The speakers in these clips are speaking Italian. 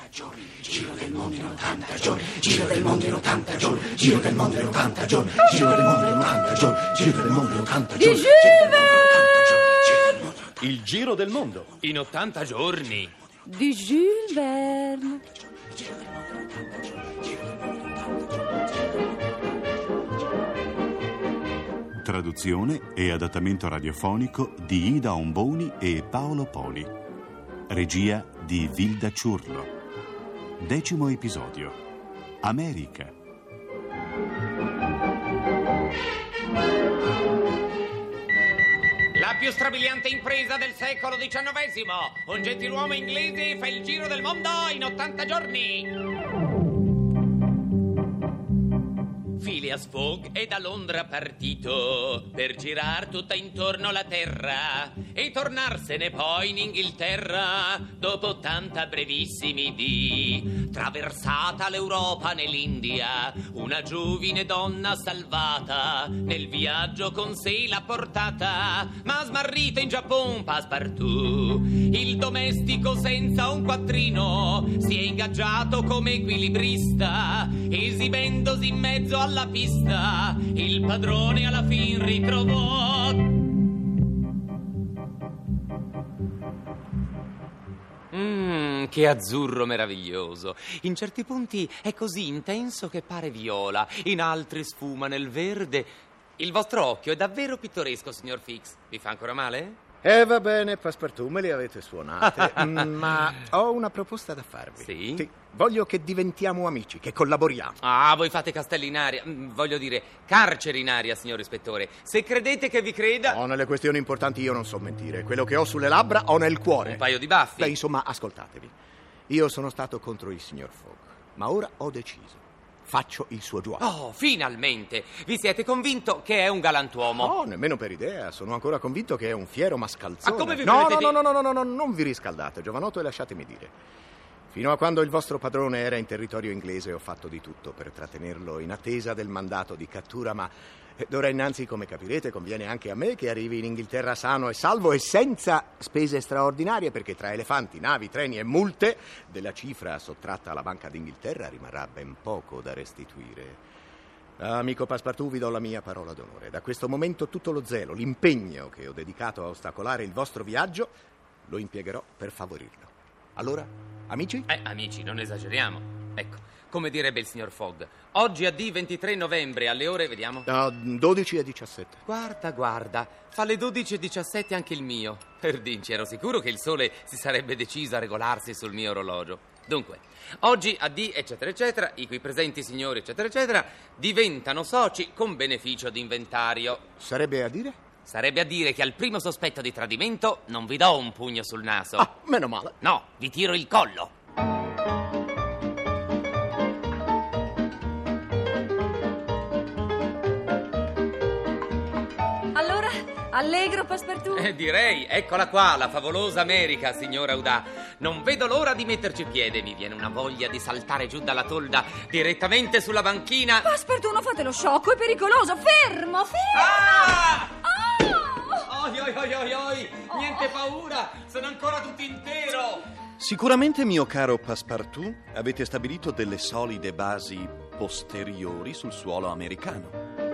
giorni, giro del mondo in 80 giorni, giro del mondo in 80 giorni, giro del mondo in 80 giorni, giro del mondo in 80 giorni, giro del mondo in 80 giorni. Il giro del mondo in 80 giorni. Di Jules Verne. Traduzione e adattamento radiofonico di Ida Omboni e Paolo Poli. Regia di Vilda Ciurlo. 10° episodio. America. La più strabiliante impresa del secolo XIX. Un gentiluomo inglese fa il giro del mondo in 80 giorni. Phileas Fogg è da Londra partito per girar tutta intorno la terra e tornarsene poi in Inghilterra dopo 80 brevissimi dì. Traversata l'Europa nell'India, una giovine donna salvata nel viaggio con sé l'ha portata, ma smarrito in Giappone Passepartout. Il domestico senza un quattrino si è ingaggiato come equilibrista, esibendosi in mezzo alla pista, il padrone alla fin ritrovò. Che azzurro meraviglioso. In certi punti è così intenso che pare viola, in altri sfuma nel verde. Il vostro occhio è davvero pittoresco, signor Fix. Vi fa ancora male? Va bene, Passepartout, me li avete suonate. Ma ho una proposta da farvi. Sì? Voglio che diventiamo amici, che collaboriamo. Ah, voi fate castelli in aria. Voglio dire, carceri in aria, signor ispettore. Se credete che vi creda... No, nelle questioni importanti io non so mentire. Quello che ho sulle labbra ho nel cuore. Un paio di baffi. Beh, insomma, ascoltatevi. Io sono stato contro il signor Fogg, ma ora ho deciso. Faccio il suo gioco. Oh, finalmente! Vi siete convinto che è un galantuomo? No, nemmeno per idea. Sono ancora convinto che è un fiero mascalzone. Ma come vi No, prendete no, non vi riscaldate, giovanotto, e lasciatemi dire. Fino a quando il vostro padrone era in territorio inglese ho fatto di tutto per trattenerlo in attesa del mandato di cattura, ma d'ora innanzi, come capirete, conviene anche a me che arrivi in Inghilterra sano e salvo e senza spese straordinarie, perché tra elefanti, navi, treni e multe della cifra sottratta alla Banca d'Inghilterra rimarrà ben poco da restituire. Amico Passepartout, vi do la mia parola d'onore. Da questo momento tutto lo zelo, l'impegno che ho dedicato a ostacolare il vostro viaggio lo impiegherò per favorirlo. Allora, amici? Amici, non esageriamo. Ecco, come direbbe il signor Fogg, oggi a D 23 novembre alle ore, vediamo? 12 e 17. Guarda, fa le 12:17 anche il mio. Perdinci, ero sicuro che il sole si sarebbe deciso a regolarsi sul mio orologio. Dunque, oggi a D eccetera eccetera, i qui presenti signori eccetera eccetera diventano soci con beneficio d'inventario. Sarebbe a dire? Sarebbe a dire che al primo sospetto di tradimento non vi do un pugno sul naso. Meno male. No, vi tiro il collo. Allora, allegro, Passepartout? Direi, eccola qua, la favolosa America, signora Audà. Non vedo l'ora di metterci piede, mi viene una voglia di saltare giù dalla tolda direttamente sulla banchina. Passepartout, non fate lo sciocco, è pericoloso. Fermo! Ah! Oh! Oi, niente paura, sono ancora tutto intero. Sicuramente, mio caro Passepartout, avete stabilito delle solide basi posteriori sul suolo americano.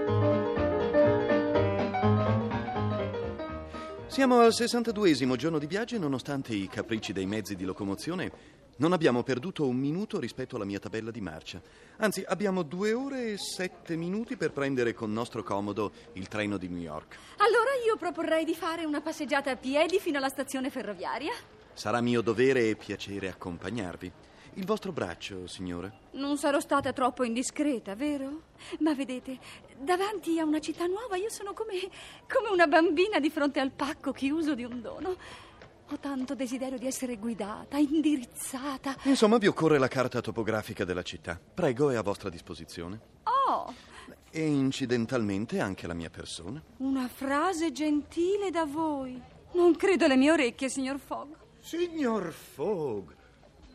Siamo al 62° giorno di viaggio e nonostante i capricci dei mezzi di locomozione non abbiamo perduto un minuto rispetto alla mia tabella di marcia. Anzi, abbiamo 2 ore e 7 minuti per prendere con nostro comodo il treno di New York. Allora io proporrei di fare una passeggiata a piedi fino alla stazione ferroviaria. Sarà mio dovere e piacere accompagnarvi. Il vostro braccio, signore? Non sarò stata troppo indiscreta, vero? Ma vedete, davanti a una città nuova io sono come una bambina di fronte al pacco chiuso di un dono. Ho tanto desiderio di essere guidata, indirizzata. Insomma, vi occorre la carta topografica della città. Prego, è a vostra disposizione. Oh! E incidentalmente anche la mia persona. Una frase gentile da voi. Non credo alle mie orecchie, signor Fogg. Signor Fogg,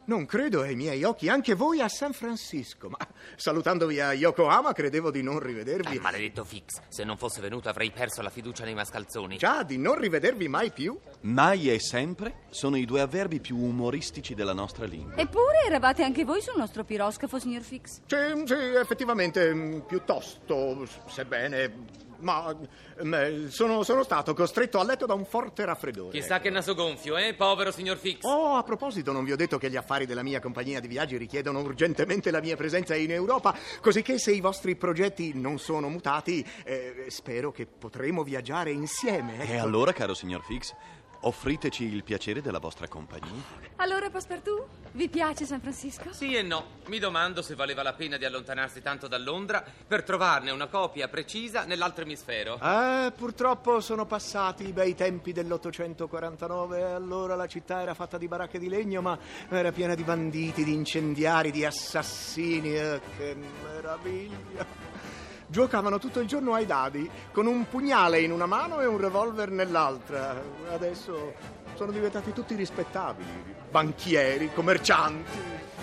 Non credo ai miei occhi, anche voi a San Francisco. Ma salutandovi a Yokohama credevo di non rivedervi. Maledetto Fix, se non fosse venuto avrei perso la fiducia nei mascalzoni. Già, di non rivedervi mai più? Mai e sempre sono i due avverbi più umoristici della nostra lingua. Eppure eravate anche voi sul nostro piroscafo, signor Fix. Sì, effettivamente, piuttosto, sebbene... Ma sono stato costretto a letto da un forte raffreddore. Chissà che naso gonfio, povero signor Fix. Oh, a proposito, non vi ho detto che gli affari della mia compagnia di viaggi richiedono urgentemente la mia presenza in Europa, cosicché se i vostri progetti non sono mutati, spero che potremo viaggiare insieme. Ecco. E allora, caro signor Fix, offriteci il piacere della vostra compagnia. Allora, Passepartout, vi piace San Francisco? Sì e no. Mi domando se valeva la pena di allontanarsi tanto da Londra per trovarne una copia precisa nell'altro emisfero. Purtroppo sono passati i bei tempi dell'849. Allora la città era fatta di baracche di legno, ma era piena di banditi, di incendiari, di assassini. Che meraviglia! Giocavano tutto il giorno ai dadi, con un pugnale in una mano e un revolver nell'altra. Adesso sono diventati tutti rispettabili, banchieri, commercianti.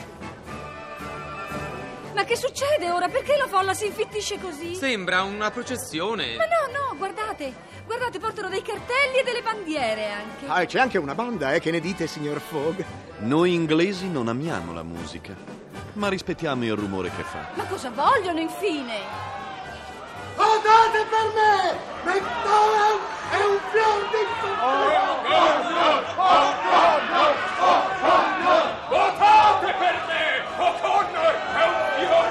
Ma che succede ora? Perché la folla si infittisce così? Sembra una processione. Ma no, guardate, portano dei cartelli e delle bandiere anche. E c'è anche una banda, che ne dite, signor Fogg? Noi inglesi non amiamo la musica, ma rispettiamo il rumore che fa. Ma cosa vogliono infine? Votate per me! McDonald è un fior di... Votate per me! O'Connor è un fior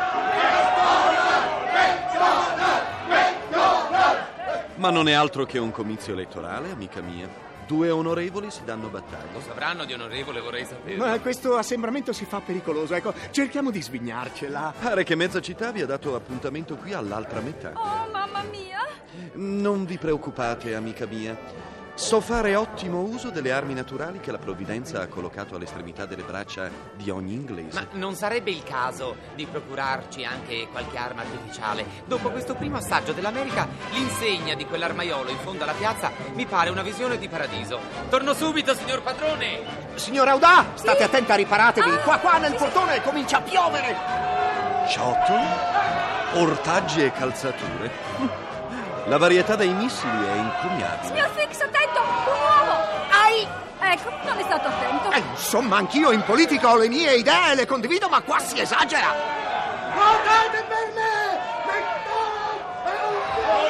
di... Ma non è altro che un comizio elettorale, amica mia. Due onorevoli si danno battaglia. Lo sapranno di onorevole, vorrei saperlo. Ma questo assembramento si fa pericoloso, ecco, cerchiamo di svignarcela. Pare che mezza città vi ha dato appuntamento qui all'altra metà. Oh, mamma mia! Non vi preoccupate, amica mia. So fare ottimo uso delle armi naturali che la provvidenza ha collocato all'estremità delle braccia di ogni inglese. Ma non sarebbe il caso di procurarci anche qualche arma artificiale? Dopo questo primo assaggio dell'America, l'insegna di quell'armaiolo in fondo alla piazza mi pare una visione di paradiso. Torno subito, signor padrone! Signora Audà, state attenta, riparatevi. Qua nel portone comincia a piovere. Ciotole, ortaggi e calzature. La varietà dei missili è incommiabile. Signor Fix, attento! Un uomo! Ai! Ecco, non è stato attento. Insomma, anch'io in politica ho le mie idee e le condivido, ma qua si esagera. Votate per me! McDonald è un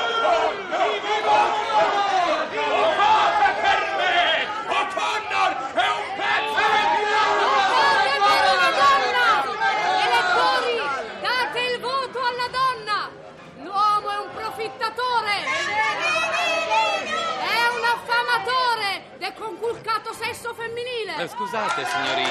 Votate per me! O'Connor è un pezzo Date alla donna! Elettori, date il voto alla donna! L'uomo è un profittatore! È un affamatore del conculcato sesso femminile! Scusate,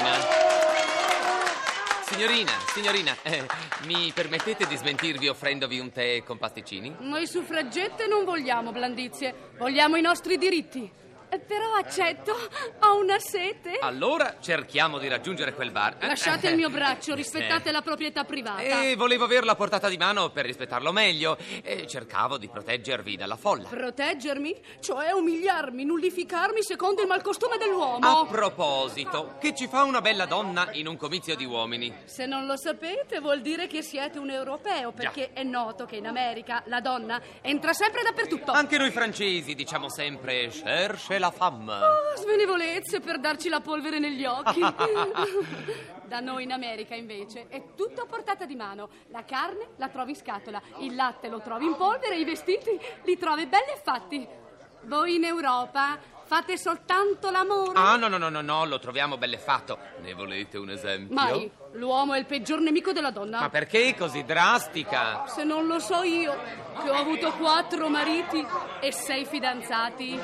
signorina, mi permettete di smentirvi offrendovi un tè con pasticcini? Noi suffragette non vogliamo blandizie, vogliamo i nostri diritti. Però accetto, ho una sete. Allora cerchiamo di raggiungere quel bar. Lasciate il mio braccio, rispettate la proprietà privata. Volevo averlo a portata di mano per rispettarlo meglio. Cercavo di proteggervi dalla folla. Proteggermi? Cioè umiliarmi, nullificarmi secondo il malcostume A dell'uomo. proposito, che ci fa una bella donna in un comizio di uomini? Se non lo sapete vuol dire che siete un europeo, perché è noto che in America la donna entra sempre dappertutto. Anche noi francesi diciamo sempre cherche la femme. Oh, svenevolezze per darci la polvere negli occhi. Da noi in America invece è tutto a portata di mano. La carne la trovi in scatola, il latte lo trovi in polvere, i vestiti li trovi belli e fatti. Voi in Europa fate soltanto l'amore? No, lo troviamo bello e fatto. Ne volete un esempio? Mai. L'uomo è il peggior nemico della donna. Ma perché così drastica? Se non lo so io, che ho avuto 4 mariti e 6 fidanzati.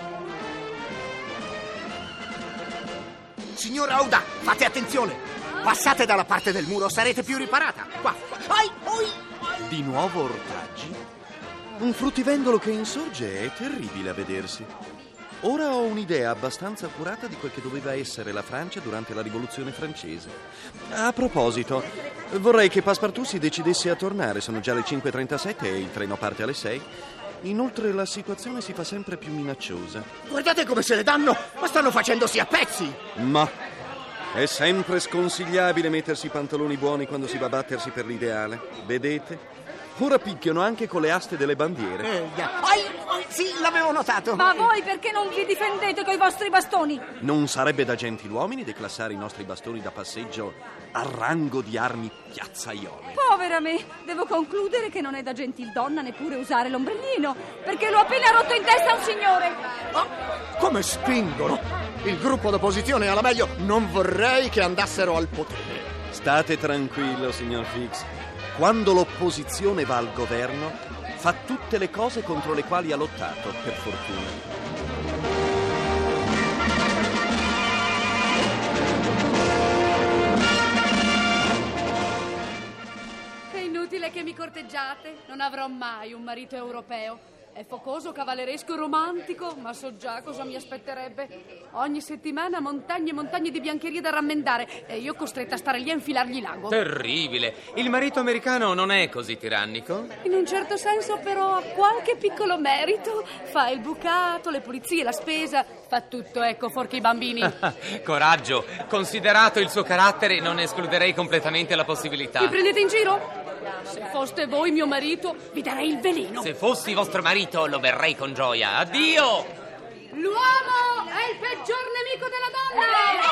Signora Audà, fate attenzione. Passate dalla parte del muro, sarete più riparata. Qua. Di nuovo ortaggi? Un fruttivendolo che insorge è terribile a vedersi. Ora ho un'idea abbastanza accurata di quel che doveva essere la Francia durante la Rivoluzione francese. A proposito, vorrei che Passepartout si decidesse a tornare. Sono già le 5:37 e il treno parte alle 6. Inoltre la situazione si fa sempre più minacciosa. Guardate come se ne danno, ma stanno facendosi a pezzi. Ma È sempre sconsigliabile mettersi i pantaloni buoni quando si va a battersi per l'ideale. Vedete? Ora picchiano anche con le aste delle bandiere. Sì, l'avevo notato. Ma voi perché non vi difendete coi vostri bastoni? Non sarebbe da gentiluomini declassare i nostri bastoni da passeggio al rango di armi piazzaiole. Povera me, devo concludere che non è da gentildonna neppure usare l'ombrellino, perché l'ho appena rotto in testa a un signore. Ma come spingono? Il gruppo d'opposizione alla meglio non vorrei che andassero al potere. State tranquillo, signor Fix. Quando l'opposizione va al governo, fa tutte le cose contro le quali ha lottato, per fortuna. È inutile che mi corteggiate. Non avrò mai un marito europeo. È focoso, cavalleresco, romantico, ma so già cosa mi aspetterebbe. Ogni settimana montagne e montagne di biancherie da rammendare e io costretta a stare lì a infilargli l'ago. Terribile. Il marito americano non è così tirannico? In un certo senso però ha qualche piccolo merito. Fa il bucato, le pulizie, la spesa. Fa tutto, ecco, fuorché i bambini. Coraggio. Considerato il suo carattere, non escluderei completamente la possibilità. Mi prendete in giro? Se foste voi mio marito, vi darei il veleno. Se fossi vostro marito, lo berrei con gioia. Addio! L'uomo è il peggior nemico della donna!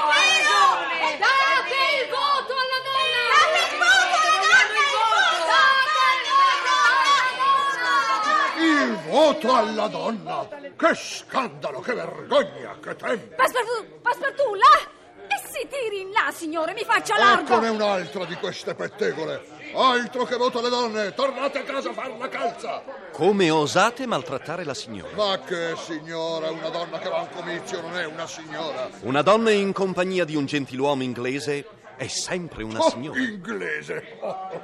Date il voto alla donna! Date il voto alla donna! Il voto alla donna! Che scandalo, che vergogna, che tempo! Passepartout, là! E si tiri in là, signore, mi faccia largo! Eccone un'altra di queste pettegole! Altro che voto alle donne! Tornate a casa a far la calza! Come osate maltrattare la signora? Ma che signora? Una donna che va a un comizio non è una signora! Una donna in compagnia di un gentiluomo inglese è sempre una signora. Inglese!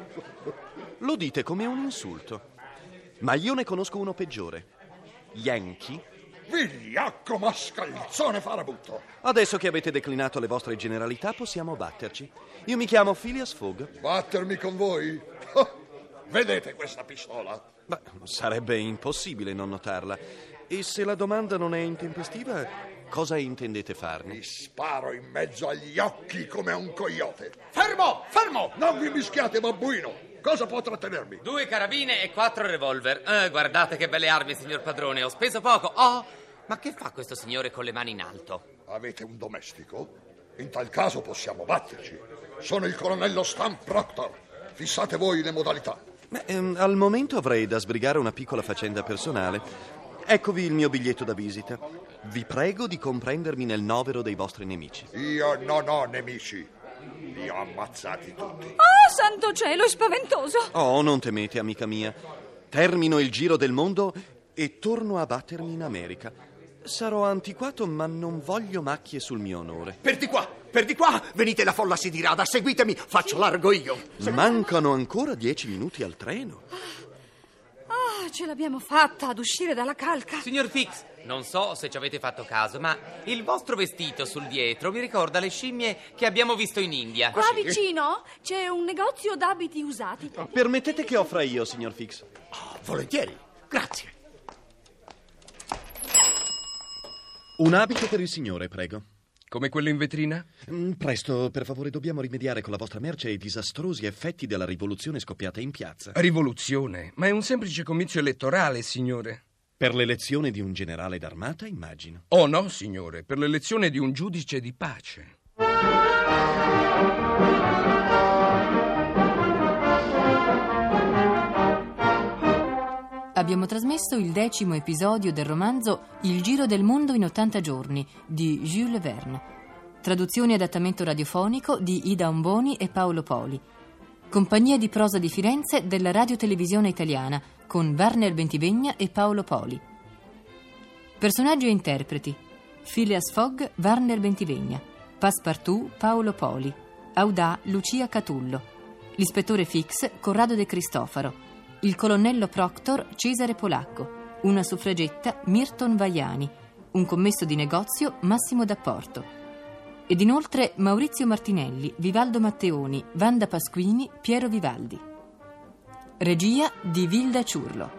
Lo dite come un insulto. Ma io ne conosco uno peggiore. Yankee. Vigliacco mascalzone farabutto! Adesso che avete declinato le vostre generalità, possiamo batterci. Io mi chiamo Phileas Fogg. Battermi con voi? Oh, vedete questa pistola? Beh, sarebbe impossibile non notarla. E se la domanda non è intempestiva, cosa intendete farne? Mi sparo in mezzo agli occhi come a un coyote. Fermo! Fermo! Non vi mischiate, babbuino! Cosa può trattenermi? 2 carabine e 4 revolver. Guardate che belle armi, signor padrone. Ho speso poco. Oh, ma che fa questo signore con le mani in alto? Avete un domestico? In tal caso possiamo batterci. Sono il colonnello Stan Proctor. Fissate voi le modalità. Al momento avrei da sbrigare una piccola faccenda personale. Eccovi il mio biglietto da visita. Vi prego di comprendermi nel novero dei vostri nemici. Io non ho nemici. Li ho ammazzati tutti. Oh, santo cielo, è spaventoso! Oh, non temete, amica mia. Termino il giro del mondo e torno a battermi in America. Sarò antiquato, ma non voglio macchie sul mio onore. Per di qua, venite, la folla si dirada, seguitemi, faccio largo io. Mancano ancora 10 minuti al treno. Ah, ce l'abbiamo fatta ad uscire dalla calca. Signor Fix, non so se ci avete fatto caso, ma il vostro vestito sul dietro mi ricorda le scimmie che abbiamo visto in India. Qua vicino c'è un negozio d'abiti usati. Permettete che offra io, signor Fix? Volentieri, grazie. Un abito per il signore, prego. Come quello in vetrina? Presto, per favore, dobbiamo rimediare con la vostra merce ai disastrosi effetti della rivoluzione scoppiata in piazza. Rivoluzione? Ma è un semplice comizio elettorale, signore. Per l'elezione di un generale d'armata, immagino. Oh no, signore, per l'elezione di un giudice di pace. Abbiamo trasmesso il 10° episodio del romanzo Il giro del mondo in 80 giorni di Jules Verne. Traduzione e adattamento radiofonico di Ida Omboni e Paolo Poli. Compagnia di prosa di Firenze della Radio Televisione Italiana con Werner Bentivegna e Paolo Poli. Personaggi e interpreti: Phileas Fogg, Werner Bentivegna; Passepartout, Paolo Poli; Audà, Lucia Catullo; l'ispettore Fix, Corrado De Cristofaro; il colonnello Proctor, Cesare Polacco; una suffragetta, Mirton Vaiani; un commesso di negozio, Massimo D'Apporto. Ed inoltre Maurizio Martinelli, Vivaldo Matteoni, Wanda Pasquini, Piero Vivaldi. Regia di Vilda Ciurlo.